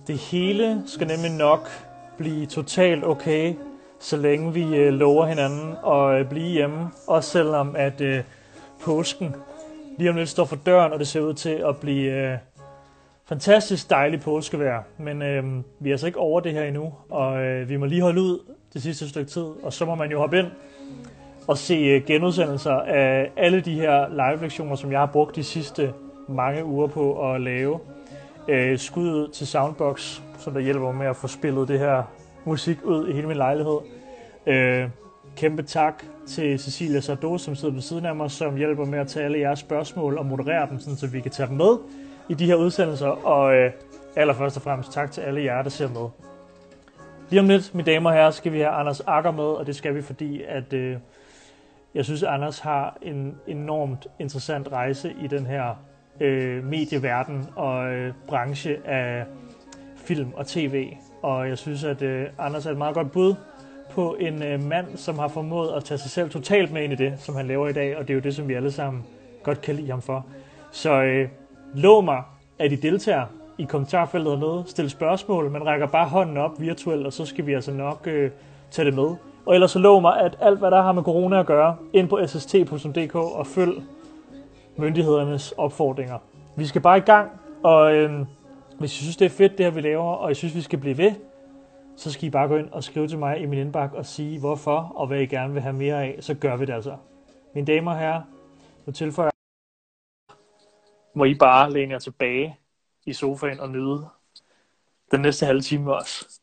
Det hele skal nemlig nok blive totalt okay, så længe vi lover hinanden at blive hjemme. Også selvom at påsken lige om lidt står for døren, og det ser ud til at blive fantastisk dejligt påskevejr. Men vi er altså ikke over det her endnu, og vi må lige holde ud det sidste stykke tid. Og så må man jo hoppe ind og se genudsendelser af alle de her live-lektioner, som jeg har brugt de sidste mange uger på at lave. Skud ud til Soundbox, som der hjælper mig med at få spillet det her musik ud i hele min lejlighed. Kæmpe tak til Cecilia Sardo, som sidder ved siden af mig, som hjælper med at tage alle jeres spørgsmål og moderere dem, sådan, så vi kan tage dem med i de her udsendelser. Og allerførst og fremmest tak til alle jer, der ser med. Lige om lidt, mine damer og herrer, skal vi have Anders Agger med, og det skal vi, fordi at jeg synes, at Anders har en enormt interessant rejse i den her medieverden og branche af film og tv. Og jeg synes, at Anders er et meget godt bud på en mand, som har formået at tage sig selv totalt med ind i det, som han laver i dag. Og det er jo det, som vi alle sammen godt kan lide ham for. Så lov mig, at I deltager i kommentarfeltet hernede. Stil spørgsmål. Man rækker bare hånden op virtuelt, og så skal vi altså nok tage det med. Og ellers så lov mig, at alt, hvad der har med corona at gøre, ind på sst.dk og følg myndighedernes opfordringer. Vi skal bare i gang, og hvis I synes, det er fedt, det her vi laver, og I synes, vi skal blive ved, så skal I bare gå ind og skrive til mig i min indbakke og sige, hvorfor og hvad I gerne vil have mere af, så gør vi det altså. Mine damer og herrer, nu tilføjer jeg, må I bare læne jer tilbage i sofaen og nyde den næste halve time også.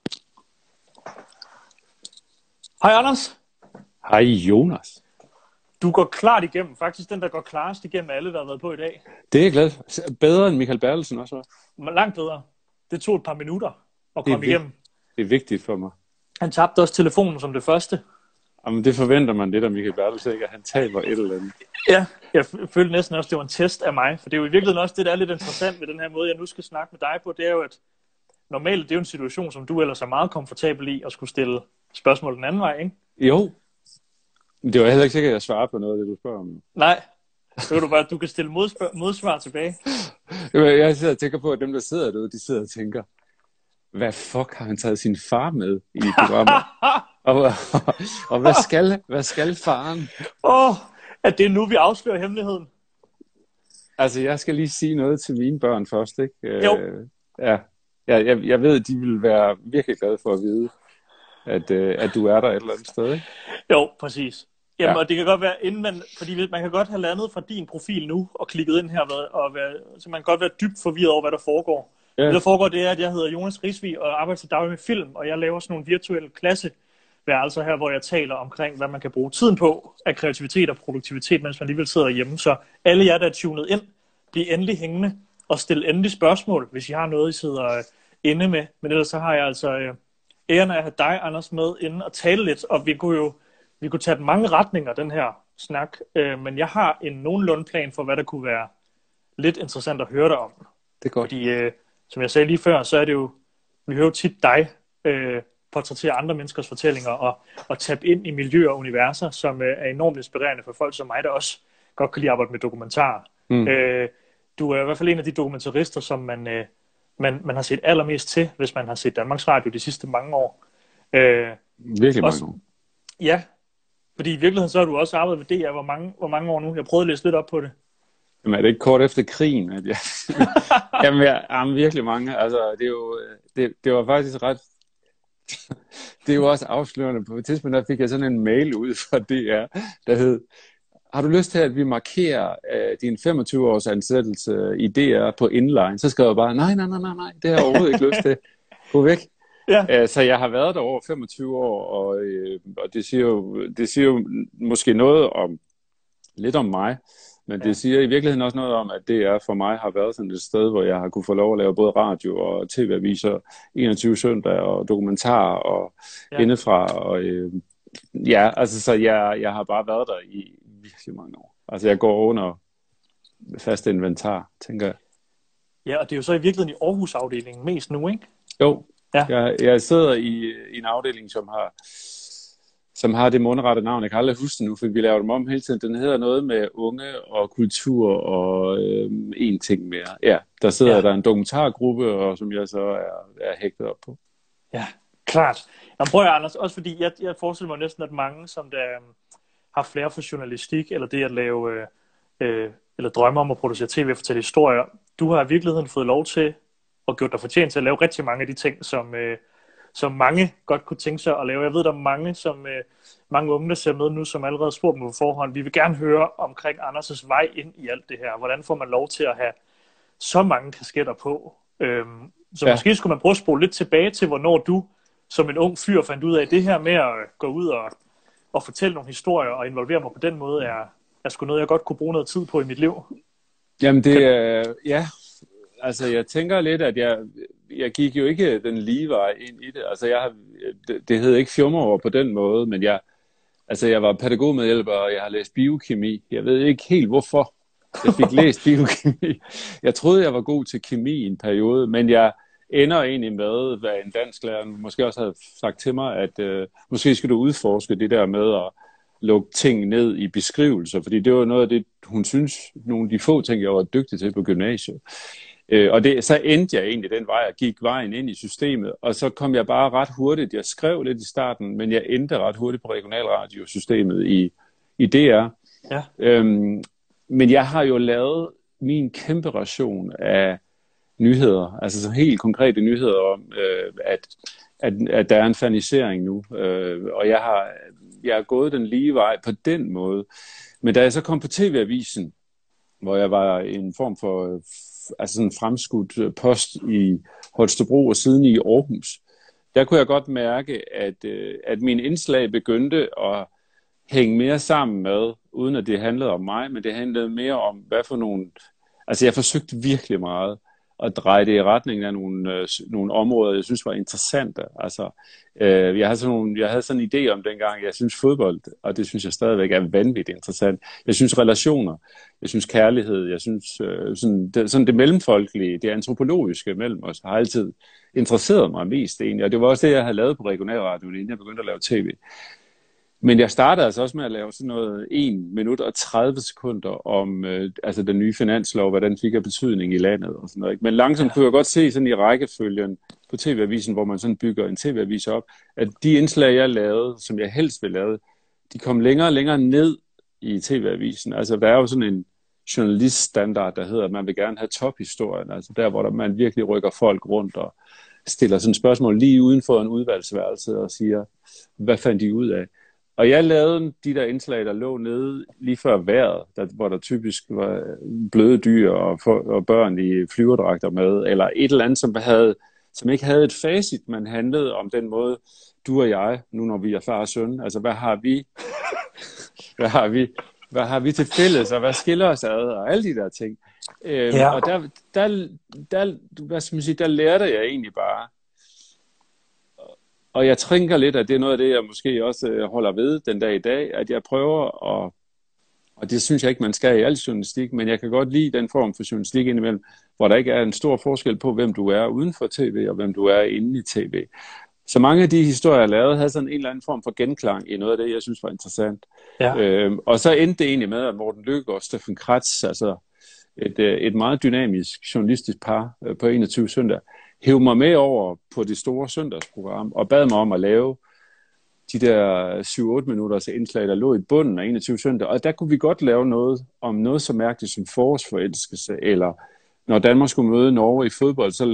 Hej Anders. Hej Jonas. Du går klart igennem. Faktisk den, der går klarest igennem alle, der har været på i dag. Det er jeg glad for. Bedre end Michael Bertelsen også. Langt bedre. Det tog et par minutter at komme igennem. Det er vigtigt for mig. Han tabte også telefonen som det første. Jamen det forventer man lidt af Michael Bertelsen, ikke? At han taber et eller andet. Ja, jeg følte næsten også, at det var en test af mig. For det er jo i virkeligheden også det, der er lidt interessant med den her måde, jeg nu skal snakke med dig på. Det er jo, at normalt det er jo en situation, som du ellers er meget komfortabel i, at skulle stille spørgsmål den anden vej, ikke? Jo. Det var heller ikke sikkert, at jeg svarer på noget af det, du spørger om. Nej. Så du bare, du kan stille modsvar tilbage. Jeg sidder og tænker på, at dem, der sidder derude, de sidder og tænker, hvad fuck har han taget sin far med i programmet? og hvad skal faren? At det er nu, vi afslører hemmeligheden. Altså, jeg skal lige sige noget til mine børn først, ikke? Jo. Ja. Jeg ved, at de vil være virkelig glade for at vide, at du er der et eller andet sted, ikke? Jo, præcis. Jamen, Ja. og det kan godt være, fordi man kan godt have landet fra din profil nu, og klikket ind her, så man kan godt være dybt forvirret over, hvad der foregår. Ja. Det der foregår, det er, at jeg hedder Jonas Risvig, og arbejder til daglig med film, og jeg laver sådan nogle virtuelle klasseværelser her, hvor jeg taler omkring, hvad man kan bruge tiden på af kreativitet og produktivitet, mens man alligevel sidder hjemme. Så alle jer, der er tunet ind, bliv endelig hængende, og stil endelig spørgsmål, hvis I har noget, I sidder inde med. Men ellers så har jeg altså æren af at have dig, Anders, med inde og tale lidt, og vi kunne tage den mange retninger, den her snak, men jeg har en nogenlunde plan for, hvad der kunne være lidt interessant at høre dig om. Det er godt. Fordi, som jeg sagde lige før, så er det jo, vi hører jo tit dig portrættere andre menneskers fortællinger, og tabe ind i miljøer og universer, som er enormt inspirerende for folk som mig, der også godt kan lide at arbejde med dokumentarer. Du er i hvert fald en af de dokumentarister, som man har set allermest til, hvis man har set Danmarks Radio de sidste mange år. Virkelig mange år. Ja, fordi i virkeligheden så har du også arbejdet ved DR hvor mange år nu. Jeg prøvede at læse lidt op på det. Jamen er det ikke kort efter krigen, at jeg... Jamen virkelig mange. Altså det er jo... Det var faktisk ret... Det er jo også afslørende. På et tidspunkt der fik jeg sådan en mail ud fra DR, der hed: har du lyst til, at vi markerer din 25-års ansættelse i DR på inline? Så skrev jeg bare, nej, det har jeg overhovedet ikke lyst til. Gå væk. Ja. Så jeg har været der over 25 år, og det siger jo måske noget om, lidt om mig, men det siger i virkeligheden også noget om, at DR for mig har været sådan et sted, hvor jeg har kunne få lov at lave både radio og tv-aviser 21 søndage og dokumentarer og indefra. Og, altså så jeg har bare været der i virkelig mange år. Altså jeg går under fast inventar, tænker jeg. Ja, og det er jo så i virkeligheden i Aarhus-afdelingen mest nu, ikke? Jo. Ja. Jeg sidder i en afdeling, som som har det mundrette navn. Jeg kan aldrig huske det nu, for vi laver dem om hele tiden. Den hedder noget med unge og kultur og en ting mere. Ja, der sidder der en dokumentargruppe, og som jeg så er hægtet op på. Ja, klart. Jamen, prøv at, Anders, også fordi jeg forestiller mig næsten, at mange, som der har flere for journalistik, eller det at lave, eller drømmer om at producere tv og fortælle historier, du har i virkeligheden fået lov til og gjort dig fortjent til at lave rigtig mange af de ting, som mange godt kunne tænke sig at lave. Jeg ved, der er mange unge, der ser med nu, som allerede spurgt mig på forhånd. Vi vil gerne høre omkring Anders' vej ind i alt det her. Hvordan får man lov til at have så mange kasketter på? Så måske skulle man prøve at spole lidt tilbage til, hvornår du som en ung fyr fandt ud af, det her med at gå ud og fortælle nogle historier og involvere mig på den måde, er sgu noget, jeg godt kunne bruge noget tid på i mit liv. Jamen det er, altså jeg tænker lidt, at jeg gik jo ikke den lige vej ind i det. Altså det hed ikke fjumreår på den måde, men jeg var pædagogmedhjælper, og jeg har læst biokemi. Jeg ved ikke helt hvorfor jeg fik læst biokemi. Jeg troede, jeg var god til kemi i en periode, men jeg ender egentlig med, hvad en dansklærer måske også havde sagt til mig, at måske skal du udforske det der med at lukke ting ned i beskrivelser, fordi det var noget af det, hun synes, nogle af de få ting, jeg var dygtig til på gymnasiet. Og så endte jeg egentlig den vej, jeg gik vejen ind i systemet, og så kom jeg bare ret hurtigt, jeg skrev lidt i starten, men jeg endte ret hurtigt på regionalradiosystemet i DR. Ja. Men jeg har jo lavet min kæmpe ration af nyheder, altså så helt konkrete nyheder om, at der er en fanisering nu, og jeg er gået den lige vej på den måde. Men da jeg så kom på TV-avisen, hvor jeg var en form for sådan en fremskudt post i Holstebro og siden i Aarhus, der kunne jeg godt mærke, at min indslag begyndte at hænge mere sammen med, uden at det handlede om mig, men det handlede mere om, hvad for nogle... Altså jeg forsøgte virkelig meget at dreje det i retning af nogle områder, jeg synes var interessante. Altså, jeg havde sådan en idé om dengang, jeg synes fodbold, og det synes jeg stadigvæk er vanvittigt interessant. Jeg synes relationer, jeg synes kærlighed, jeg synes sådan det mellemfolkelige, det antropologiske mellem os, har altid interesseret mig mest egentlig, og det var også det, jeg havde lavet på regionalradioen, inden jeg begyndte at lave tv. Men jeg startede altså også med at lave sådan noget 1 minut og 30 sekunder om altså den nye finanslov, hvad den fik af betydning i landet og sådan noget. Men langsomt kunne jeg godt se sådan i rækkefølgen på TV-avisen, hvor man sådan bygger en TV-avis op, at de indslag, jeg lavede, som jeg helst ville lave, de kom længere og længere ned i TV-avisen. Altså der er jo sådan en journaliststandard, der hedder, at man vil gerne have tophistorien, altså der, hvor man virkelig rykker folk rundt og stiller sådan et spørgsmål lige uden for en udvalgsværelse og siger, hvad fandt de ud af? Og jeg lavede de der indslag, der lå nede lige før vejret, hvor der typisk var bløde dyr og børn i flyverdragter med, eller et eller andet, som ikke havde et facit, men handlede om den måde, du og jeg, nu når vi er far og søn, altså hvad har vi til fælles, og hvad skiller os ad, og alle de der ting. Og hvad skal man sige, der lærte jeg egentlig bare. Og jeg tænker lidt, at det er noget af det, jeg måske også holder ved den dag i dag, at jeg prøver og det synes jeg ikke, man skal i al journalistik, men jeg kan godt lide den form for journalistik indimellem, hvor der ikke er en stor forskel på, hvem du er uden for tv, og hvem du er inde i tv. Så mange af de historier, jeg lavede, havde sådan en eller anden form for genklang i noget af det, jeg synes var interessant. Ja. Og så endte det egentlig med, at Morten Løkkegaard og Steffen Kretz, altså et meget dynamisk journalistisk par på 21 søndag, hæv mig med over på det store søndagsprogram og bad mig om at lave de der 7-8 minutters indslag, der lå i bunden af 21 søndag. Og der kunne vi godt lave noget om noget så mærkeligt som forårsforelskelse, eller når Danmark skulle møde Norge i fodbold, så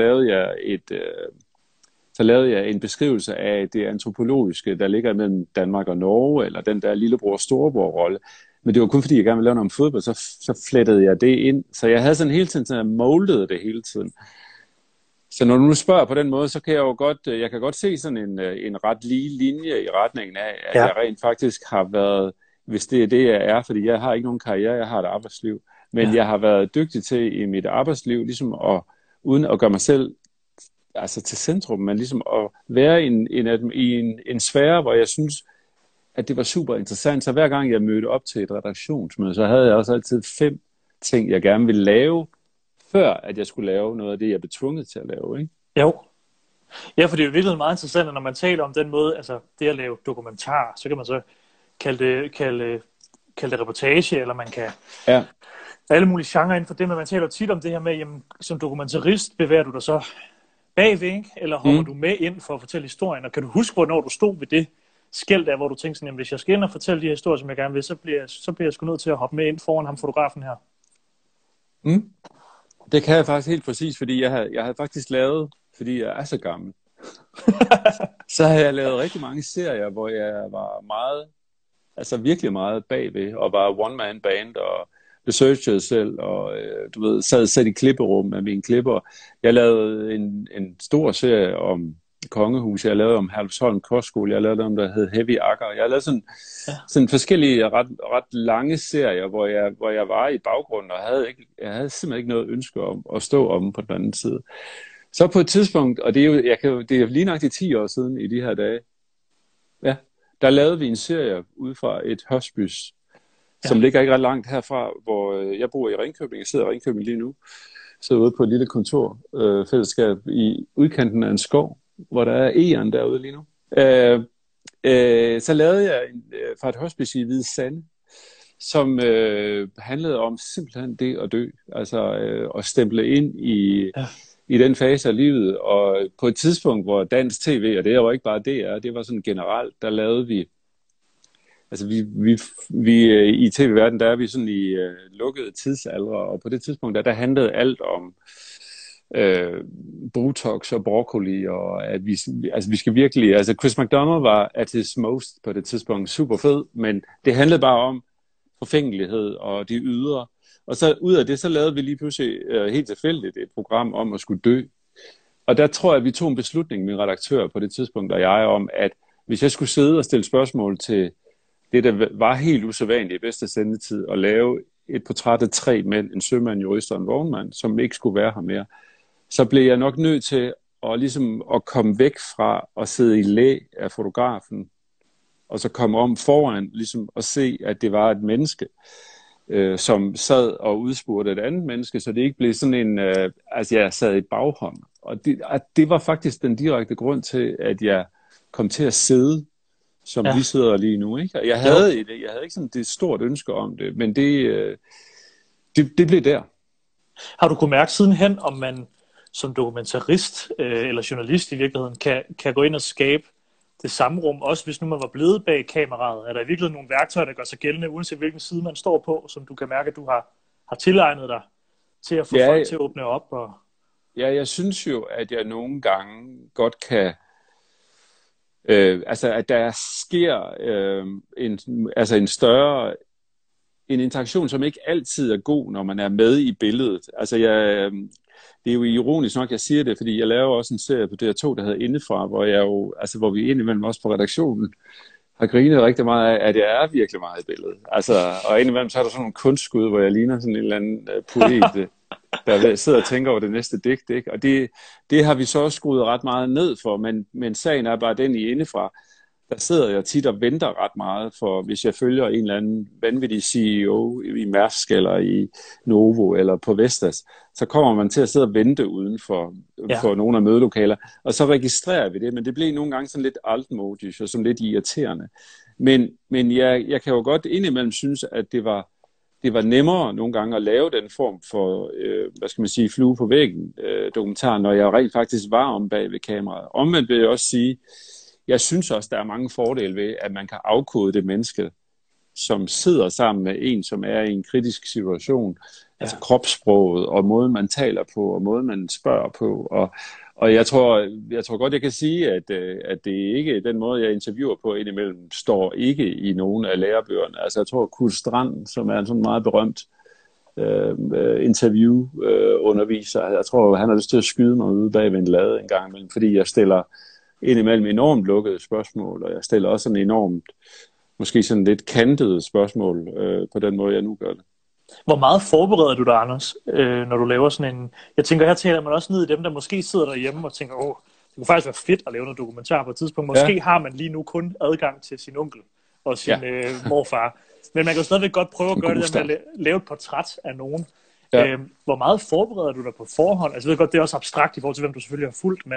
lavede jeg en beskrivelse af det antropologiske, der ligger mellem Danmark og Norge, eller den der lillebror-storebror-rolle. Men det var kun fordi, jeg gerne ville lave noget om fodbold, så flettede jeg det ind. Så jeg havde sådan hele tiden sådan moldet det hele tiden. Så når du nu spørger på den måde, så kan jeg kan godt se sådan en ret lige linje i retningen af, at jeg rent faktisk har været, hvis det er det, jeg er, fordi jeg har ikke nogen karriere, jeg har et arbejdsliv, men jeg har været dygtig til i mit arbejdsliv, ligesom uden at gøre mig selv altså til centrum, men ligesom at være i en sfære, hvor jeg synes, at det var super interessant. Så hver gang jeg mødte op til et redaktionsmøde, så havde jeg også altid 5 ting, jeg gerne ville lave, før at jeg skulle lave noget af det, jeg blev tvunget til at lave, ikke? Jo. Ja, for det er jo virkelig meget interessant, at når man taler om den måde, altså det at lave dokumentar, så kan man så kalde det reportage, eller man kan Ja. alle mulige genrer inden for det, men man taler tit om det her med, jamen, som dokumentarist bevæger du dig så bagved, ikke? Eller hopper du med ind for at fortælle historien, og kan du huske, hvornår du stod ved det skel der, hvor du tænkte sådan, jamen, hvis jeg skal ind og fortælle de her historier, som jeg gerne vil, så bliver jeg sgu nødt til at hoppe med ind foran ham, fotografen her. Mm. Det kan jeg faktisk helt præcis, fordi jeg havde faktisk lavet, fordi jeg er så gammel, så har jeg lavet rigtig mange serier, hvor jeg var meget, altså virkelig meget bagved, og var one-man band, og researchede selv, og du ved, sad selv i klipperum med mine klipper. Jeg lavede en stor serie om Kongehus, jeg lavede om Herlufsholm Kostskole, jeg lavede om, der hed Heavy Akker. Jeg lavede sådan forskellige ret lange serier, hvor jeg var i baggrunden, og jeg havde simpelthen ikke noget ønske om at stå om på den anden side. Så på et tidspunkt, og det er jo lige nok de 10 år siden i de her dage, ja, der lavede vi en serie ud fra et hospice, som ligger ikke ret langt herfra, hvor jeg bor i Ringkøbing. Jeg sidder i Ringkøbing lige nu. Jeg sidder ude på et lille kontorfællesskab i udkanten af en skov, hvor der er egern derude lige nu. Så lavede jeg fra et hospice i Hvide Sande, som handlede om simpelthen det at dø. Altså at stemple ind i den fase af livet. Og på et tidspunkt, hvor dansk tv, og det var ikke bare det var sådan generelt, der lavede vi. Altså vi i tv-verden, der er vi sådan i lukkede tidsalder, og på det tidspunkt, der handlede alt om Botox og broccoli, og at vi skal virkelig, altså Chris McDonald var at his most på det tidspunkt super fed, men det handlede bare om forfængelighed og de ydre. Og så ud af det, så lavede vi lige pludselig helt tilfældigt et program om at skulle dø. Og der tror jeg, vi tog en beslutning, min redaktør på det tidspunkt, og jeg, om at hvis jeg skulle sidde og stille spørgsmål til det, der var helt usædvanligt i bedste sendetid, at lave et portræt af 3 mænd, en sømand, jurist og en vognmand, som ikke skulle være her mere, så blev jeg nok nødt til at komme væk fra at sidde i læ af fotografen, og så komme om foran ligesom, og se, at det var et menneske, som sad og udspurgte et andet menneske, så det ikke blev sådan en, jeg sad i baghånd. Og det var faktisk den direkte grund til, at jeg kom til at sidde, som vi sidder lige nu, ikke? Jeg havde ikke sådan det stort ønske om det, men det blev der. Har du kunnet mærke sidenhen, om man som dokumentarist eller journalist i virkeligheden kan gå ind og skabe det samme rum, også hvis nu man var blevet bag kameraet? Er der i virkeligheden nogle værktøjer, der gør sig gældende, uanset hvilken side man står på, som du kan mærke, at du har tilegnet dig til at få folk til at åbne op? Og... Ja, jeg synes jo, at jeg nogle gange godt kan... at der sker en interaktion, som ikke altid er god, når man er med i billedet. Altså, det er jo ironisk nok, jeg siger det, fordi jeg laver også en serie på DR2, der hedder Indefra, hvor vi indimellem også på redaktionen har grinet rigtig meget af, at jeg er virkelig meget i billedet. Altså, og indimellem så er der sådan nogle kunstskud, hvor jeg ligner sådan en eller anden poet, der sidder og tænker over det næste digt, ikke? Og det har vi så også skruet ret meget ned for, men sagen er bare den i Indefra, der sidder jeg tit og venter ret meget, for hvis jeg følger en eller anden vanvittig CEO i Mærsk eller i Novo eller på Vestas, så kommer man til at sidde og vente uden for nogle af mødelokaler, og så registrerer vi det, men det blev nogle gange sådan lidt altmodisk og sådan lidt irriterende. Men jeg kan jo godt indimellem synes, at det var nemmere nogle gange at lave den form for, flue på væggen dokumentar, når jeg rent faktisk var om bag ved kameraet. Omvendt vil jeg også sige, jeg synes også, der er mange fordele ved, at man kan afkode det menneske, som sidder sammen med en, som er i en kritisk situation. Ja. Altså kropssproget, og måden man taler på, og måden man spørger på. Og jeg tror godt, jeg kan sige, at det ikke den måde, jeg interviewer på indimellem, står ikke i nogen af lærebøgerne. Altså jeg tror, Kurt Strand, som er en sådan meget berømt interviewunderviser, jeg tror, han har lyst til at skyde mig ude bag ved en lade en gang imellem, fordi jeg stiller indimellem enormt lukkede spørgsmål, og jeg stiller også sådan enormt, måske sådan lidt kantede spørgsmål på den måde, jeg nu gør det. Hvor meget forbereder du dig, Anders, når du laver sådan en... Jeg tænker, her taler man også ned i dem, der måske sidder derhjemme og tænker, det kunne faktisk være fedt at lave noget dokumentar på et tidspunkt. Måske har man lige nu kun adgang til sin onkel og sin morfar. Men man kan jo stadigvæk godt prøve at gøre det der med at lave et portræt af nogen. Ja. Hvor meget forbereder du dig på forhånd? Altså jeg ved godt, det er også abstrakt i forhold til, hvem du selvfølgelig har fulgt, men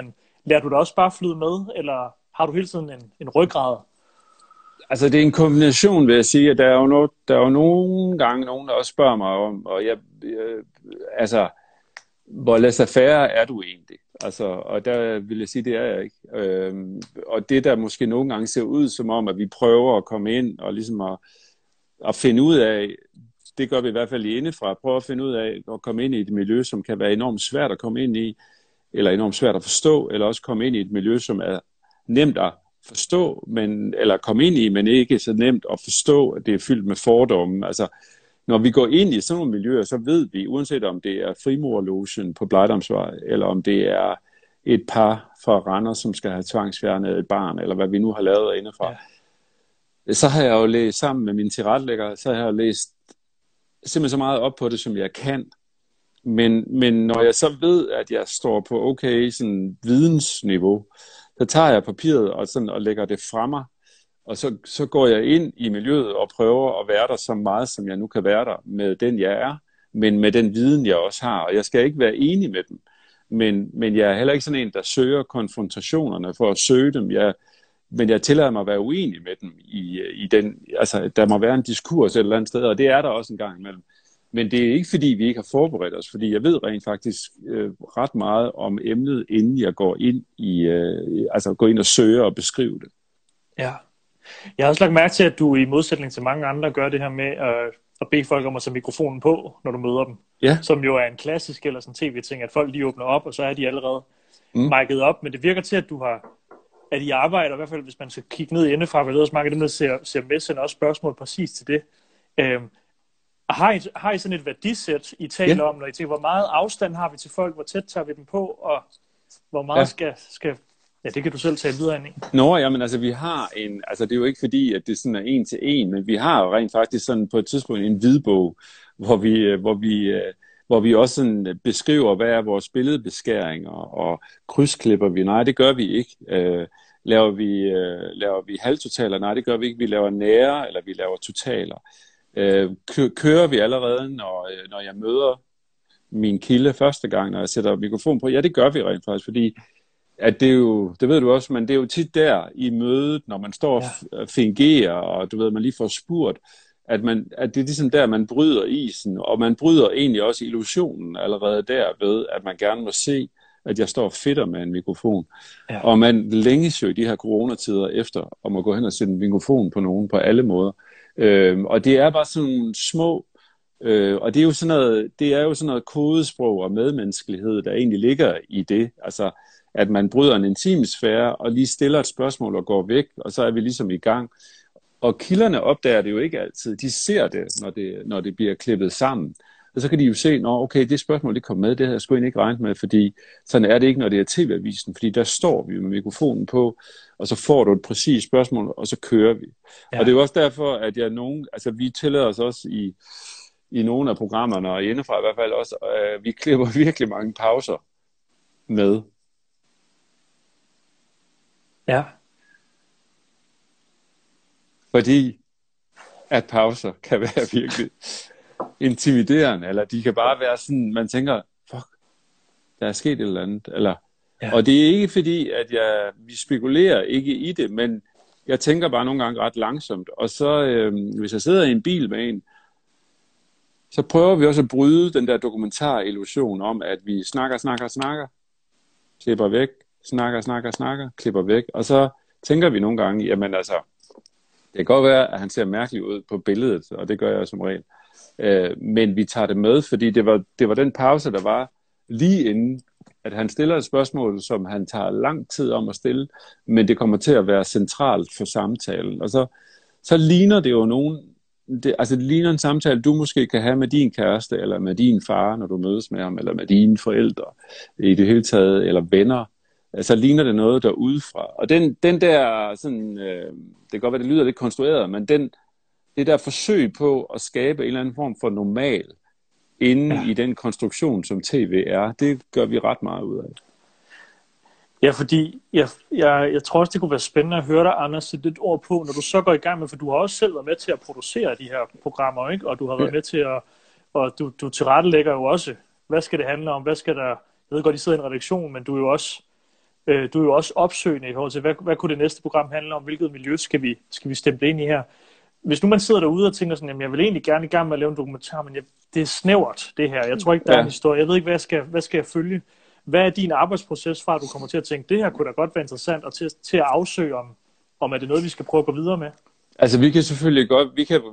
Lærer du dig også bare flyde med, eller har du hele tiden en ryggrad? Altså, det er en kombination, vil jeg sige, at der er jo nogle gange nogen, der også spørger mig om, og altså, hvor laissez-faire er du egentlig? Altså, og der vil jeg sige, det er jeg ikke. Og det, der måske nogle gange ser ud som om, at vi prøver at komme ind og ligesom at finde ud af, det gør vi i hvert fald indefra, prøve at finde ud af at komme ind i et miljø, som kan være enormt svært at komme ind i, eller enormt svært at forstå, eller også komme ind i et miljø, som er nemt at forstå, eller komme ind i, men ikke så nemt at forstå, at det er fyldt med fordomme. Altså, når vi går ind i sådan nogle miljøer, så ved vi, uanset om det er frimurerlogen på Blejdomsvej, eller om det er et par fra Randers, som skal have tvangsfjernet et barn, eller hvad vi nu har lavet indefra, så har jeg jo læst sammen med mine tilrettelæggere, så har jeg jo læst simpelthen så meget op på det, som jeg kan. Men når jeg så ved, at jeg står på okay sådan vidensniveau, så tager jeg papiret og lægger det fra mig, og så går jeg ind i miljøet og prøver at være der så meget, som jeg nu kan være der, med den jeg er, men med den viden, jeg også har. Og jeg skal ikke være enig med dem, men jeg er heller ikke sådan en, der søger konfrontationerne for at søge dem. Men jeg tillader mig at være uenig med dem i den, altså der må være en diskurs et eller andet sted, og det er der også en gang imellem. Men det er ikke fordi, vi ikke har forberedt os, fordi jeg ved rent faktisk ret meget om emnet, inden jeg går ind går ind og søger og beskrive det. Ja. Jeg har også lagt mærke til, at du i modsætning til mange andre gør det her med at bede folk om at tage mikrofonen på, når du møder dem. Ja. Som jo er en klassisk eller sådan tv-ting, at folk lige åbner op, og så er de allerede mic'et op. Men det virker til, at I arbejder, i hvert fald hvis man skal kigge ned indefra, for det er også mange af dem, der ser med, sender også spørgsmål præcis til det. Har I sådan et værdisæt, I taler om, når I tænker, hvor meget afstand har vi til folk, hvor tæt tager vi dem på, og hvor meget skal... Ja, det kan du selv tage videre ind i. Jamen altså, vi har det er jo ikke fordi, at det sådan er en til en, men vi har jo rent faktisk sådan på et tidspunkt en hvidbog, hvor vi også sådan beskriver, hvad er vores billedbeskæringer, og krydsklipper vi? Nej, det gør vi ikke. Laver vi halvtotaler? Nej, det gør vi ikke. Vi laver nære, eller vi laver totaler. Kører vi allerede, når jeg møder min kilde første gang, når jeg sætter mikrofon på? Ja, det gør vi rent faktisk, fordi at det er jo, det ved du også, men det er jo tit der i mødet, når man står og fingerer, og du ved, man lige får spurgt, at det er ligesom der, man bryder isen, og man bryder egentlig også illusionen allerede der ved, at man gerne må se, at jeg står og fedter med en mikrofon. Ja. Og man længes jo i de her coronatider efter, om at gå hen og sætte en mikrofon på nogen på alle måder. Og det er bare sådan nogle små, og det er jo sådan noget kodesprog og medmenneskelighed, der egentlig ligger i det, altså at man bryder en intim sfære og lige stiller et spørgsmål og går væk, og så er vi ligesom i gang. Og kilderne opdager det jo ikke altid. De ser det, når det bliver klippet sammen. Og så kan de jo se, okay, det spørgsmål, det kom med, det havde jeg sgu egentlig ikke regnet med, fordi sådan er det ikke, når det er TV-avisen, fordi der står vi med mikrofonen på, og så får du et præcist spørgsmål, og så kører vi. Ja. Og det er jo også derfor, at vi tillader os også i nogle af programmerne, og indefra i hvert fald også, vi klipper virkelig mange pauser med. Ja. Fordi at pauser kan være virkelig intimiderende, eller de kan bare være sådan, man tænker, fuck, der er sket et eller andet. Eller, og det er ikke fordi, at vi spekulerer ikke i det, men jeg tænker bare nogle gange ret langsomt. Og så, hvis jeg sidder i en bil med en, så prøver vi også at bryde den der dokumentar-illusion om, at vi snakker, klipper væk, snakker, klipper væk. Og så tænker vi nogle gange, jamen altså, det kan godt være, at han ser mærkelig ud på billedet, og det gør jeg som regel. Men vi tager det med, fordi det var den pause, der var lige inden, at han stiller et spørgsmål, som han tager lang tid om at stille, men det kommer til at være centralt for samtalen. Og så ligner det jo det ligner en samtale, du måske kan have med din kæreste, eller med din far, når du mødes med ham, eller med dine forældre i det hele taget, eller venner. Så ligner det noget der udefra. Og den der sådan, det kan godt være, det lyder lidt konstrueret, men det der forsøg på at skabe en eller anden form for normal inde i den konstruktion, som tv er, det gør vi ret meget ud af. Ja, fordi jeg tror også, det kunne være spændende at høre dig, Anders, sætte lidt ord på, når du så går i gang med, for du har også selv været med til at producere de her programmer, ikke? Og du har været med til og du tilrettelægger jo også, hvad skal det handle om, hvad skal der, jeg ved godt, I sidder i en redaktion, men du er jo også Du er jo også opsøgende i forhold til, hvad kunne det næste program handle om? Hvilket miljø skal vi stemple ind i her? Hvis nu man sidder derude og tænker sådan, jamen jeg vil egentlig gerne i gang med at lave en dokumentar, men det er snævert, det her. Jeg tror ikke, der er en historie. Jeg ved ikke, hvad skal jeg følge? Hvad er din arbejdsproces fra, at du kommer til at tænke, det her kunne da godt være interessant, og til at afsøge om er det noget, vi skal prøve at gå videre med? Altså vi kan selvfølgelig godt,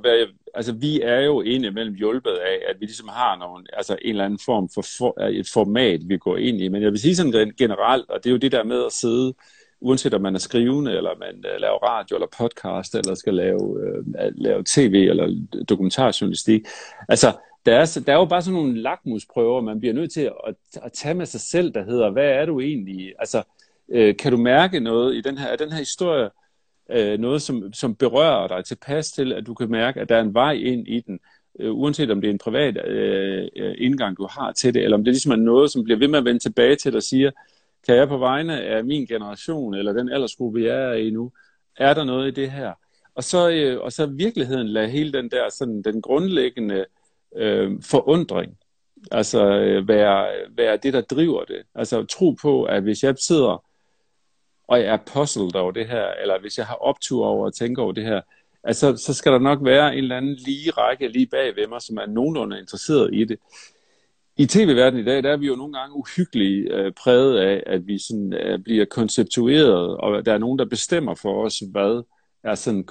vi er jo indimellem hjulpet af, at vi ligesom har en eller anden form for et format, vi går ind i. Men jeg vil sige sådan generelt, og det er jo det der med at sidde, uanset om man er skrivende, eller man laver radio, eller podcast, eller skal lave tv, eller dokumentarjournalistik. Altså, der er jo bare sådan nogle lakmusprøver, man bliver nødt til at tage med sig selv, der hedder, hvad er du egentlig? Altså, kan du mærke noget i den her historie, noget, som berører dig tilpas til, at du kan mærke, at der er en vej ind i den, uanset om det er en privat indgang, du har til det, eller om det ligesom er noget, som bliver ved med at vende tilbage til dig og siger, kan jeg på vegne af min generation, eller den aldersgruppe, jeg er i nu, er der noget i det her? Og så virkeligheden lade hele den der, sådan den grundlæggende forundring, altså være det, der driver det. Altså tro på, at hvis jeg sidder og jeg er puzzled over det her, eller hvis jeg har optur over at tænke over det her, altså, så skal der nok være en eller anden lige række lige bag ved mig, som er nogenlunde interesseret i det. I tv-verdenen i dag, der er vi jo nogle gange uhyggeligt præget af, at vi sådan, bliver konceptueret, og der er nogen, der bestemmer for os, hvad er sådan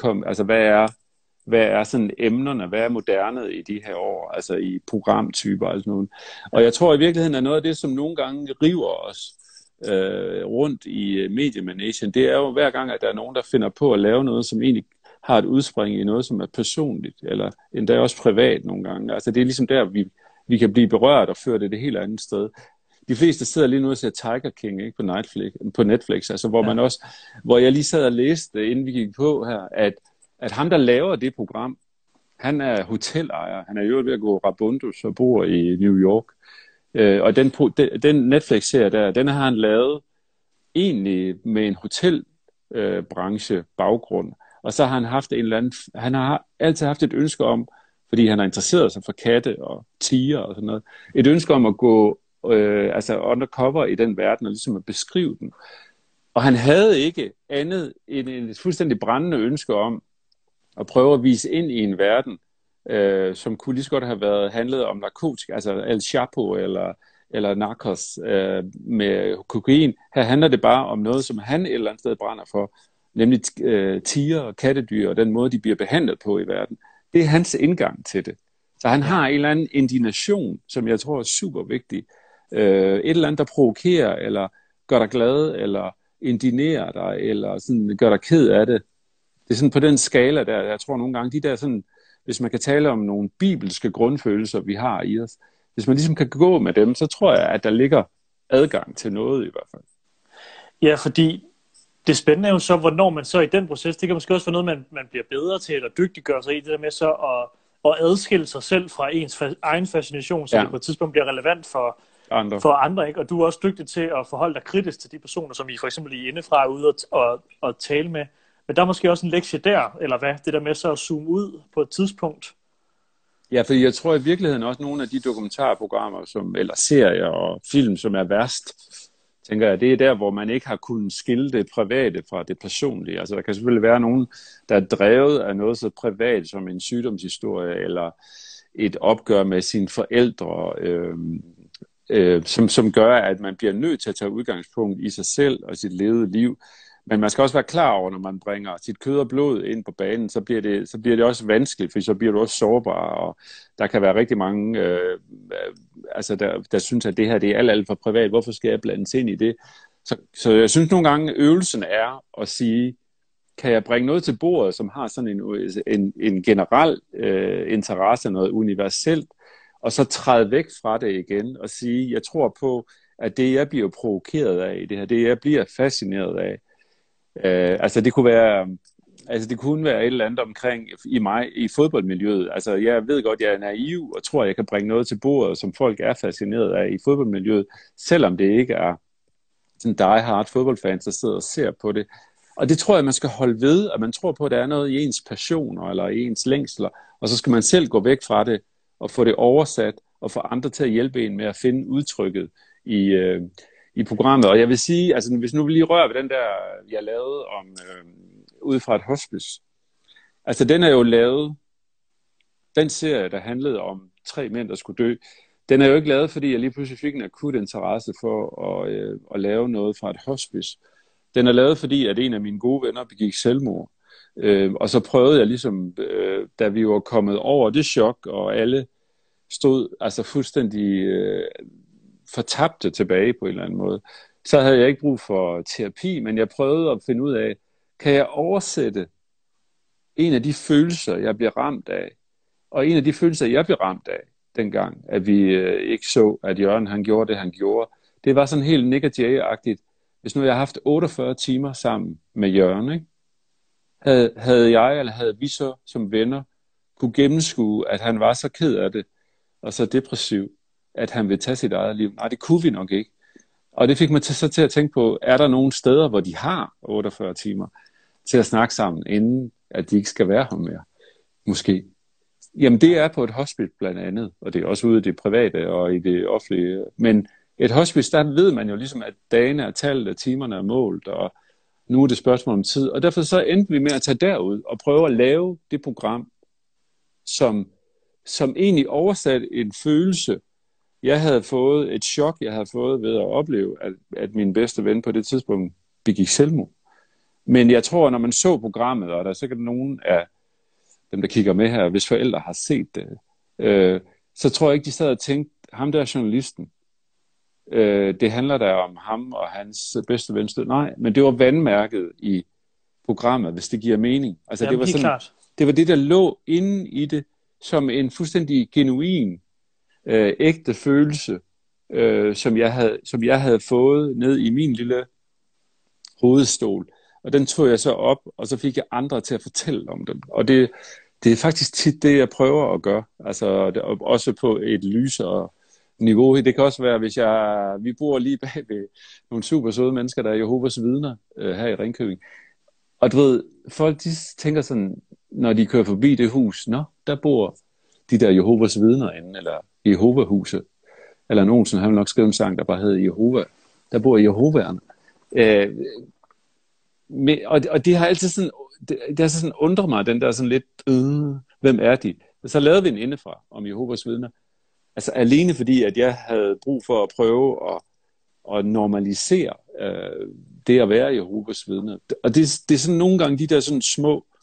hvad er sådan emnerne, hvad er modernet i de her år, altså i programtyper og sådan noget. Og jeg tror i virkeligheden, at noget af det, som nogle gange river os rundt i mediemanagen, det er jo hver gang, at der er nogen, der finder på at lave noget, som egentlig har et udspring i noget, som er personligt, eller endda også privat nogle gange. Altså det er ligesom der, vi kan blive berørt og føre det helt andet sted. De fleste sidder lige nu og ser Tiger King, ikke, på Netflix, altså hvor jeg lige sad og læste, inden vi gik på her, at ham, der laver det program, han er hotelejer. Han er jo ved at gå rabundus og bor i New York. Og den Netflix-serie der, den har han lavet egentlig med en hotelbranche baggrund. Og så har han haft han har altid haft et ønske om, fordi han har interesseret sig for katte og tiger og sådan noget, et ønske om at gå undercover i den verden og ligesom at beskrive den. Og han havde ikke andet end et fuldstændig brændende ønske om at prøve at vise ind i en verden, som kunne lige så godt have handlet om narkotika, altså El Chapo eller Narcos med kokain. Her handler det bare om noget, som han et eller andet sted brænder for, nemlig tiger og kattedyr og den måde, de bliver behandlet på i verden. Det er hans indgang til det. Så han har en eller anden indignation, som jeg tror er super vigtig. Et eller andet, der provokerer, eller gør dig glad, eller indignerer dig, eller sådan gør dig ked af det. Det er sådan på den skala der, jeg tror nogle gange, de der sådan, hvis man kan tale om nogle bibelske grundfølelser, vi har i os, hvis man ligesom kan gå med dem, så tror jeg, at der ligger adgang til noget i hvert fald. Ja, fordi det spændende er jo så, hvornår man så i den proces, det kan måske også være noget, man bliver bedre til, eller dygtiggør sig i, det der med så at adskille sig selv fra ens egen fascination, så det på et tidspunkt bliver relevant for andre, ikke? Og du er også dygtig til at forholde dig kritisk til de personer, som I for eksempel i indefra er ude og tale med. Men der er måske også en lektie der, eller hvad? Det der med så at zoome ud på et tidspunkt. Ja, fordi jeg tror i virkeligheden også nogle af de dokumentarprogrammer, eller serier og film, som er værst, tænker jeg, det er der, hvor man ikke har kunnet skille det private fra det personlige. Altså der kan selvfølgelig være nogen, der er drevet af noget så privat som en sygdomshistorie, eller et opgør med sine forældre, som gør, at man bliver nødt til at tage udgangspunkt i sig selv og sit levede liv. Men man skal også være klar over, når man bringer sit kød og blod ind på banen, så bliver det også vanskeligt, for så bliver du også sårbar, og der kan være rigtig mange, der synes, at det her det er alt for privat. Hvorfor skal jeg blandes ind i det? Så jeg synes nogle gange, øvelsen er at sige, kan jeg bringe noget til bordet, som har sådan en generel interesse, noget universelt, og så træde væk fra det igen og sige, jeg tror på, at det jeg bliver provokeret af i det her, det jeg bliver fascineret af, det kunne være et eller andet omkring i fodboldmiljøet. Altså jeg ved godt, jeg er naiv og tror, jeg kan bringe noget til bordet, som folk er fascineret af i fodboldmiljøet, selvom det ikke er sådan die-hard fodboldfans, der sidder og ser på det. Og det tror jeg, man skal holde ved, at man tror på, at der er noget i ens passioner eller i ens længsler, og så skal man selv gå væk fra det og få det oversat og få andre til at hjælpe en med at finde udtrykket i i programmet. Og jeg vil sige, altså hvis nu vi lige rører ved den der, jeg lavede om ud fra et hospice. Altså den er jo lavet, den serie, der handlede om 3 mænd, der skulle dø, den er jo ikke lavet, fordi jeg lige pludselig fik en akut interesse for at lave noget fra et hospice. Den er lavet, fordi at en af mine gode venner begik selvmord. Og så prøvede jeg ligesom, da vi var kommet over det chok, og alle stod altså fuldstændig fortabte tilbage på en eller anden måde, så havde jeg ikke brug for terapi, men jeg prøvede at finde ud af, kan jeg oversætte en af de følelser, jeg bliver ramt af, og en af de følelser, jeg blev ramt af dengang, at vi ikke så, at Jørgen han gjorde det, han gjorde. Det var sådan helt Nick og Jay-agtigt. Hvis nu jeg har haft 48 timer sammen med Jørgen, ikke? Havde jeg, eller havde vi så som venner, kunne gennemskue, at han var så ked af det, og så depressiv, at han ville tage sit eget liv? Nej, det kunne vi nok ikke. Og det fik mig så til at tænke på, er der nogle steder, hvor de har 48 timer til at snakke sammen, inden at de ikke skal være her mere? Måske. Jamen det er på et hospice blandt andet, og det er også ude i det private og i det offentlige. Men et hospice, der ved man jo ligesom, at dagene er talt, og timerne er målt, og nu er det spørgsmål om tid. Og derfor så endte vi med at tage derud og prøve at lave det program, som egentlig oversatte en følelse. Jeg havde fået et chok, jeg havde fået ved at opleve, at min bedste ven på det tidspunkt begik selvmord. Men jeg tror, når man så programmet, og der er sikkert nogen af dem, der kigger med her, hvis forældre har set det, så tror jeg ikke, de sad og tænkte, ham der er journalisten, det handler der om ham og hans bedste ven. Nej, men det var vandmærket i programmet, hvis det giver mening. Altså, jamen, det var det, der lå inde i det, som en fuldstændig genuin, ægte følelse, som jeg havde fået ned i min lille hovedstol. Og den tog jeg så op, og så fik jeg andre til at fortælle om den. Og det er faktisk tit det, jeg prøver at gøre. Altså, også på et lysere niveau. Det kan også være, hvis vi bor lige bag ved nogle super søde mennesker, der er Jehovas vidner her i Ringkøbing. Og du ved, folk de tænker sådan, når de kører forbi det hus, der bor de der Jehovas vidner inde, eller Jehova-huset. Eller nogen, som har nok skrevet en sang, der bare hedder Jehova. Der bor Jehova'erne. Og det har altid sådan, det har sådan undret mig, den der sådan lidt, hvem er de? Så lavede vi en indefra om Jehovas vidner. Altså alene fordi, at jeg havde brug for at prøve at normalisere det at være Jehovas vidner. Og det er sådan nogle gange de der sådan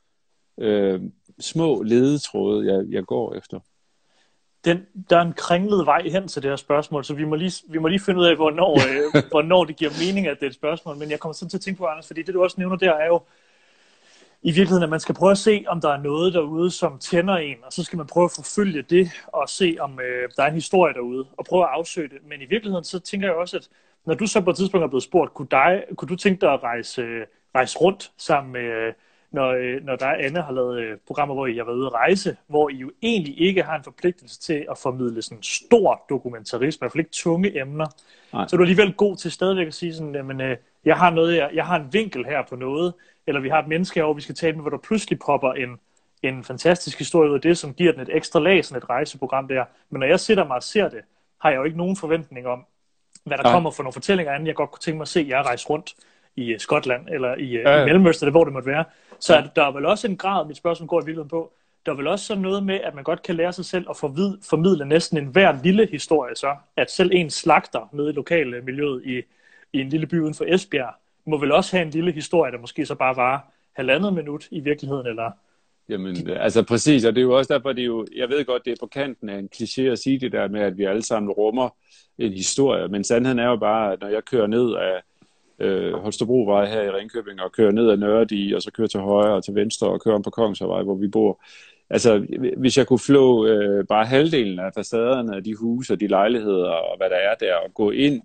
små ledetråde, jeg går efter. Der er en kringlet vej hen til det her spørgsmål, så vi må lige finde ud af, hvornår det giver mening, at det er et spørgsmål. Men jeg kommer sådan til at tænke på, Anders, fordi det du også nævner der er jo i virkeligheden, at man skal prøve at se, om der er noget derude, som tænder en, og så skal man prøve at forfølge det og se, om der er en historie derude, og prøve at afsøge det. Men i virkeligheden, så tænker jeg også, at når du så på et tidspunkt er blevet spurgt, kunne du tænke dig at rejse rundt sammen med, når der Anne har lavet programmer, hvor I har været ude at rejse, hvor I jo egentlig ikke har en forpligtelse til at formidle sådan stor dokumentarisme, i hvert fald ikke tunge emner. Nej. Så er du alligevel god til stadigvæk at sige sådan, jamen, jeg har en vinkel her på noget, eller vi har et menneske herovre, vi skal tale med, hvor der pludselig popper en fantastisk historie ud af det, som giver den et ekstra lag, sådan et rejseprogram der. Men når jeg sætter mig og ser det, har jeg jo ikke nogen forventning om, hvad der kommer for nogle fortællinger anden. Jeg godt kunne tænke mig at se jer rejse rundt i Skotland, eller i Mellemøsten, eller hvor det måtte være. Så der er vel også en grad, mit spørgsmål går i virkeligheden på, der er vel også sådan noget med, at man godt kan lære sig selv at formidle næsten en hver lille historie så, at selv en slagter nede i lokale miljøet i en lille by uden for Esbjerg, må vel også have en lille historie, der måske så bare var 1,5 minut i virkeligheden, eller? Jamen, altså præcis, og det er jo også derfor, jeg ved godt, det er på kanten af en kliché at sige det der med, at vi alle sammen rummer en historie, men sandheden er jo bare, at når jeg kører ned af Holstebrovej her i Ringkøbing, og kører ned ad Nørredi, og så kører til højre og til venstre, og kører om på Kongshavnvej, hvor vi bor. Altså, hvis jeg kunne flå bare halvdelen af facaderne af de huse og de lejligheder, og hvad der er der, og gå ind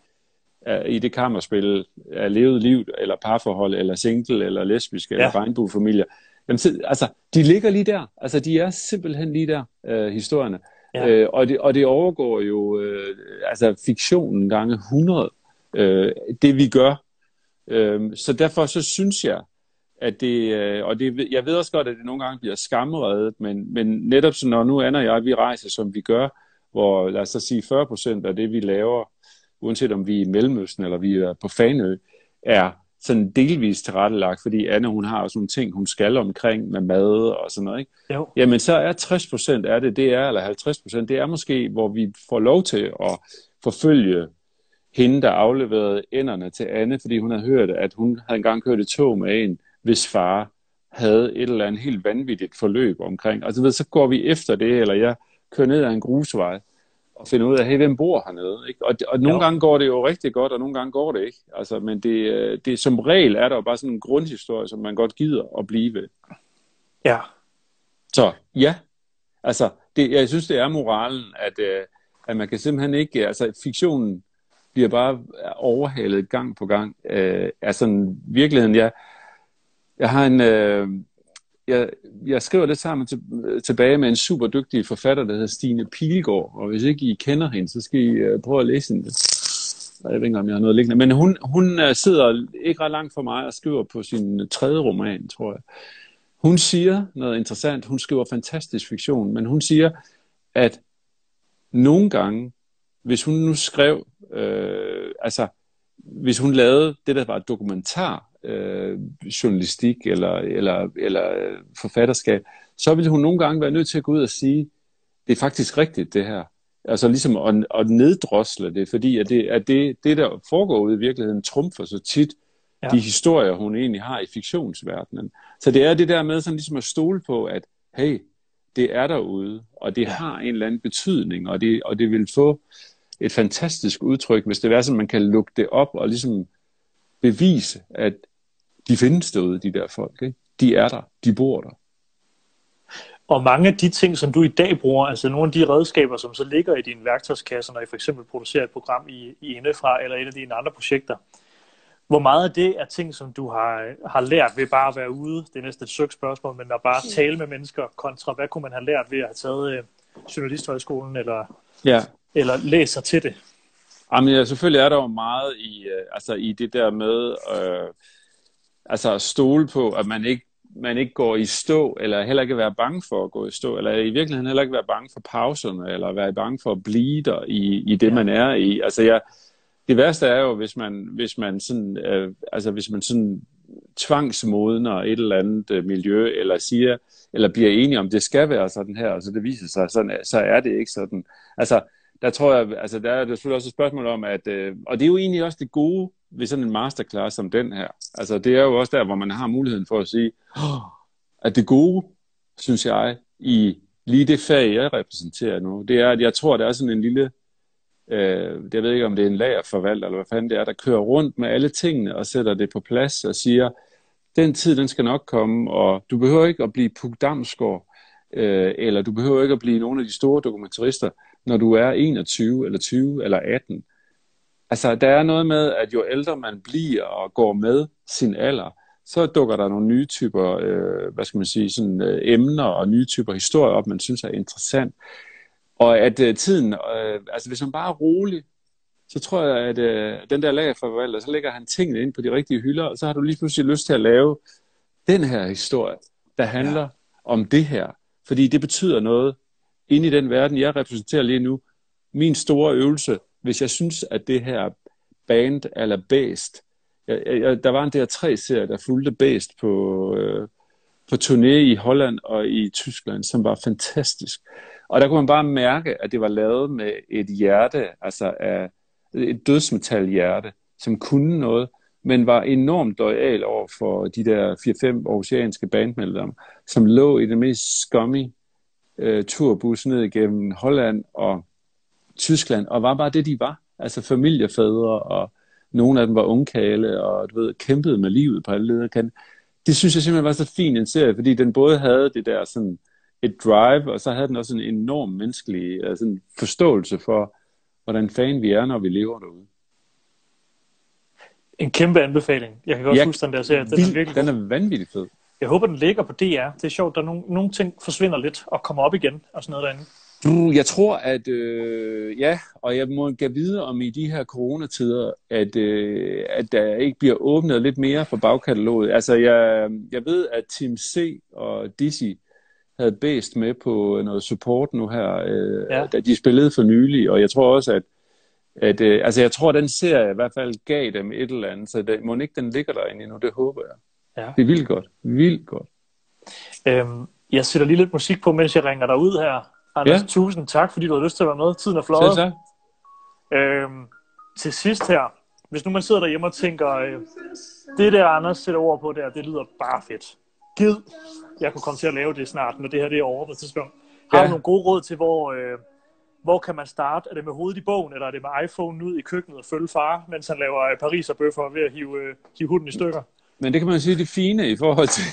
i det kammerspil af levet liv, eller parforhold, eller single, eller lesbisk, eller regnbuefamilier. Jamen, altså, de ligger lige der. Altså, de er simpelthen lige der, historierne. Ja. Og det overgår jo altså fiktionen gange 100, det vi gør. Så derfor så synes jeg, at jeg ved også godt, at det nogle gange bliver skamredet, men netop så når nu Anna og jeg, vi rejser, som vi gør, hvor lad os så sige 40% af det, vi laver, uanset om vi er i Mellemøsten eller vi er på Fanø, er sådan delvist tilrettelagt, fordi Anne, hun har også nogle ting, hun skal omkring med mad og sådan noget, ikke? Jo. Jamen så er 60% af det, eller 50%, det er måske, hvor vi får lov til at forfølge hende, der afleverede ænderne til Anne, fordi hun havde hørt, at hun havde engang kørt et tog med en, hvis far havde et eller andet helt vanvittigt forløb omkring. Og så går vi efter det, eller jeg kører ned ad en grusvej, og finder ud af, hey, hvem bor hernede? Ikke? Og nogle gange går det jo rigtig godt, og nogle gange går det ikke. Altså, men det som regel er der jo bare sådan en grundhistorie, som man godt gider at blive ved. Ja. Så ja, altså, jeg synes, det er moralen, at man kan simpelthen ikke, altså fiktionen bliver bare overhalet gang på gang. Altså virkeligheden, jeg har en... Jeg skriver lidt sammen tilbage med en super dygtig forfatter, der hedder Stine Pilgaard, og hvis ikke I kender hende, så skal I prøve at læse hende. Jeg ved ikke, om jeg har noget liggende. Men hun sidder ikke ret langt fra mig og skriver på sin 3. roman, tror jeg. Hun siger noget interessant. Hun skriver fantastisk fiktion, men hun siger, at nogle gange, hvis hun nu skrev, hvis hun lavede det, der var dokumentar, journalistik eller forfatterskab, så ville hun nogle gange være nødt til at gå ud og sige, det er faktisk rigtigt det her. Altså ligesom at neddrosle det, fordi at det, der foregår ude i virkeligheden, trumfer så tit de historier, hun egentlig har i fiktionsverdenen. Så det er det der med sådan ligesom at stole på, at hey, det er derude, og det har en eller anden betydning, og det vil få et fantastisk udtryk, hvis det er sådan, man kan lukke det op og ligesom bevise, at de findes derude, de der folk. Ikke? De er der. De bor der. Og mange af de ting, som du i dag bruger, altså nogle af de redskaber, som så ligger i din værktøjskasse, når I for eksempel producerer et program i Indefra, eller et af dine andre projekter, hvor meget af det er ting, som du har lært ved bare at være ude, det er næsten et søgt spørgsmål, men at bare tale med mennesker kontra, hvad kunne man have lært ved at have taget Journalisthøjskolen, eller læse sig til det? Jamen, selvfølgelig er der jo meget i det der med at stole på, at man ikke går i stå, eller heller ikke være bange for at gå i stå, eller i virkeligheden heller ikke være bange for pauserne, eller være bange for at blive der i det, man er i. Altså, det værste er jo, hvis man sådan tvangsmodner et eller andet miljø, eller bliver enige om, det skal være sådan her, og så det viser sig sådan, så er det ikke sådan. Altså, der tror jeg, altså der er selvfølgelig også et spørgsmål om, at, og det er jo egentlig også det gode ved sådan en masterclass som den her. Altså det er jo også der, hvor man har muligheden for at sige, at det gode, synes jeg, i lige det fag, jeg repræsenterer nu, det er, at jeg tror, der er sådan en lille, jeg ved ikke, om det er en lagerforvalter, eller hvad fanden det er, der kører rundt med alle tingene og sætter det på plads og siger, den tid, den skal nok komme, og du behøver ikke at blive Puk Damsgaard, eller du behøver ikke at blive nogle af de store dokumentarister, når du er 21 eller 20 eller 18. Altså, der er noget med, at jo ældre man bliver og går med sin alder, så dukker der nogle nye typer, emner og nye typer historier op, man synes er interessant. Og at tiden, hvis man bare er rolig, så tror jeg, at den der lagerforvalter, så lægger han tingene ind på de rigtige hylder, og så har du lige pludselig lyst til at lave den her historie, der handler om det her. Fordi det betyder noget inde i den verden, jeg repræsenterer lige nu. Min store øvelse, hvis jeg synes, at det her band eller Bæst, der var en DR3-serie, der fulgte Bæst på turné i Holland og i Tyskland, som var fantastisk. Og der kunne man bare mærke, at det var lavet med et hjerte, altså af et dødsmetalhjerte, som kunne noget, men var enormt loyal over for de der 4-5 oceanske bandmedlemmer, som lå i det mest scummy turbus ned igennem Holland og Tyskland, og var bare det, de var. Altså familiefædre, og nogle af dem var ungkale, og du ved, kæmpede med livet på alle leder. Det synes jeg simpelthen var så fin en serie, fordi den både havde det der sådan et drive, og så havde den også en enorm menneskelig sådan forståelse for, hvordan fanden vi er, når vi lever derude. En kæmpe anbefaling. Jeg kan godt huske den der serie. Den er vanvittigt fed. Jeg håber, den ligger på DR. Det er sjovt, der er nogle ting forsvinder lidt og kommer op igen og sådan noget derinde. Jeg tror, at og jeg må gerne vide om i de her coronatider, at der ikke bliver åbnet lidt mere for bagkataloget. Altså, jeg ved, at Team C og Dizzy havde Bæst med på noget support nu her, da de spillede for nylig, og jeg tror også, at altså jeg tror, den serie i hvert fald gav dem et eller andet, så det, må ikke den ligger derinde endnu, det håber jeg. Ja. Det er vildt godt, vildt godt. Jeg sætter lige lidt musik på, mens jeg ringer dig ud her. Anders, tusind tak, fordi du har lyst til at være med. Tiden er fløjet. Selv tak. Til sidst her, hvis nu man sidder derhjemme og tænker, det der Anders sætter ord på der, det lyder bare fedt. Gid, jeg kunne komme til at lave det snart, når det her det er over på et tidspunkt. Har du nogle gode råd til, hvor kan man starte? Er det med hovedet i bogen, eller er det med iPhone ud i køkkenet og følge far, mens han laver pariserbøffer ved at hive hunden i stykker? Men det kan man sige, det fine i forhold til,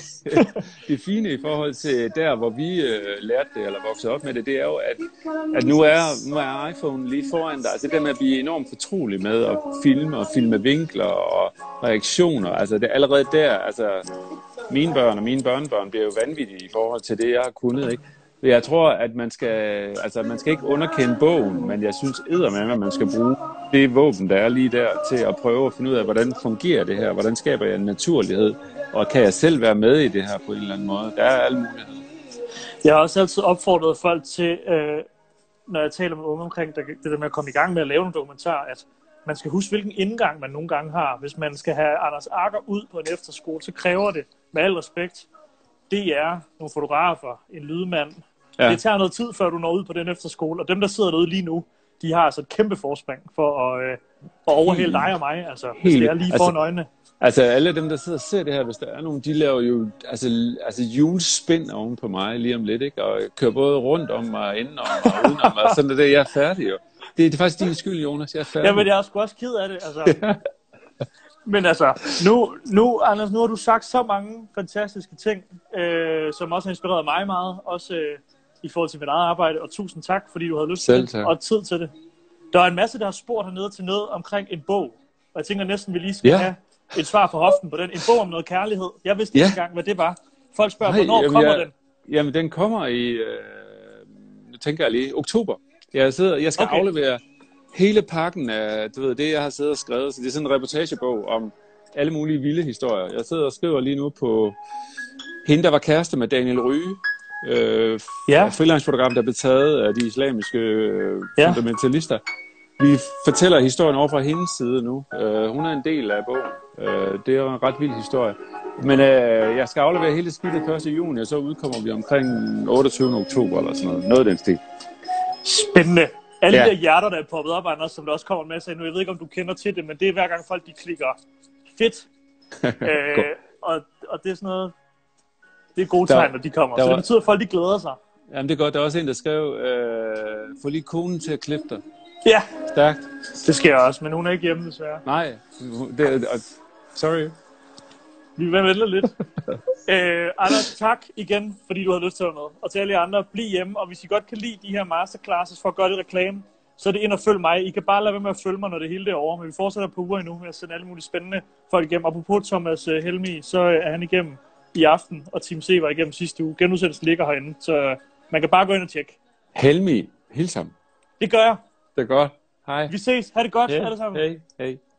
der, hvor vi lærte det, eller voksede op med det, det er jo, at nu er iPhone lige foran dig. Altså det der med at blive enormt fortrolig med at filme vinkler og reaktioner. Altså det er allerede der, altså mine børn og mine børnebørn bliver jo vanvittige i forhold til det, jeg har kunnet, ikke? Jeg tror, at man skal ikke underkende bogen, men jeg synes eddermame, at man skal bruge det våben, der er lige der, til at prøve at finde ud af, hvordan fungerer det her, hvordan skaber jeg en naturlighed, og kan jeg selv være med i det her på en eller anden måde. Der er alle muligheder. Jeg har også altid opfordret folk til, når jeg taler med unge omkring det der med at komme i gang med at lave en dokumentar, at man skal huske, hvilken indgang man nogle gange har. Hvis man skal have Anders Agger ud på en efterskole, så kræver det, med al respekt, DR, nogle fotografer, en lydmand. Ja. Det tager noget tid, før du når ud på den efterskole, og dem, der sidder derude lige nu, de har altså et kæmpe forspring for at overhælde dig og mig, altså, hvis det er lige foran øjnene. Altså, alle dem, der sidder og ser det her, hvis der er nogen, de laver jo altså hjulspind oven på mig lige om lidt, ikke? Og kører både rundt om mig, indenom og udenom mig, sådan det, jeg er færdig jo. Det er faktisk din skyld, Jonas, jeg er færdig. Jamen, jeg er sgu også ked af det, altså. Ja. Men altså, nu, Anders, nu har du sagt så mange fantastiske ting, som også har inspireret mig meget, også i forhold til mit eget arbejde, og tusind tak, fordi du havde lyst til det, og tid til det. Der er en masse, der har spurgt hernede til noget omkring en bog, og jeg tænker næsten, vi lige skal have et svar på hoften på den. En bog om noget kærlighed. Jeg vidste ikke engang, hvad det var. Folk spørger, hvornår kommer den? Jamen, den kommer i, nu tænker jeg lige, oktober. Jeg skal aflevere hele pakken af, du ved, det jeg har siddet og skrevet, så det er sådan en reportagebog om alle mulige vilde historier. Jeg sidder og skriver lige nu på hende, der var kæreste med Daniel Rye, freelance-fotograf, der blev taget af de islamiske fundamentalister. Vi fortæller historien over fra hendes side nu. Hun er en del af bogen. Det er en ret vild historie. Men jeg skal aflevere hele skidtet 1. juni, og så udkommer vi omkring 28. oktober eller sådan noget. Noget af den stil. Spændende. Alle de der hjerter, der er poppet op, Anders, som der også kommer med sig nu. Jeg ved ikke, om du kender til det, men det er hver gang folk, de klikker fedt. Og det er sådan noget... Det er gode tegn, når de kommer. Så det betyder, at folk, de glæder sig. Jamen, det er godt. Der er også en, der skrev, få lige konen til at klippe dig. Ja. Stærkt. Det sker også, men hun er ikke hjemme, desværre. Nej. Sorry. Vi vil vente lidt. Anders, tak igen, fordi du havde lyst til at være med. Og til alle jer andre, bliv hjemme. Og hvis I godt kan lide de her masterclasses for at gøre det reklame, så er det ind og følg mig. I kan bare lade være med at følge mig, når det hele er over. Men vi fortsætter på uger endnu med at sende alle mulige spændende folk igennem. Apropos Thomas Helmi, så er han igennem i aften, og Team C var igennem sidste uge. Genudsendelsen ligger herinde, så man kan bare gå ind og tjekke. Helmi, hils ham. Det gør jeg. Det er godt. Hej. Vi ses. Ha' det godt alle sammen. Hej.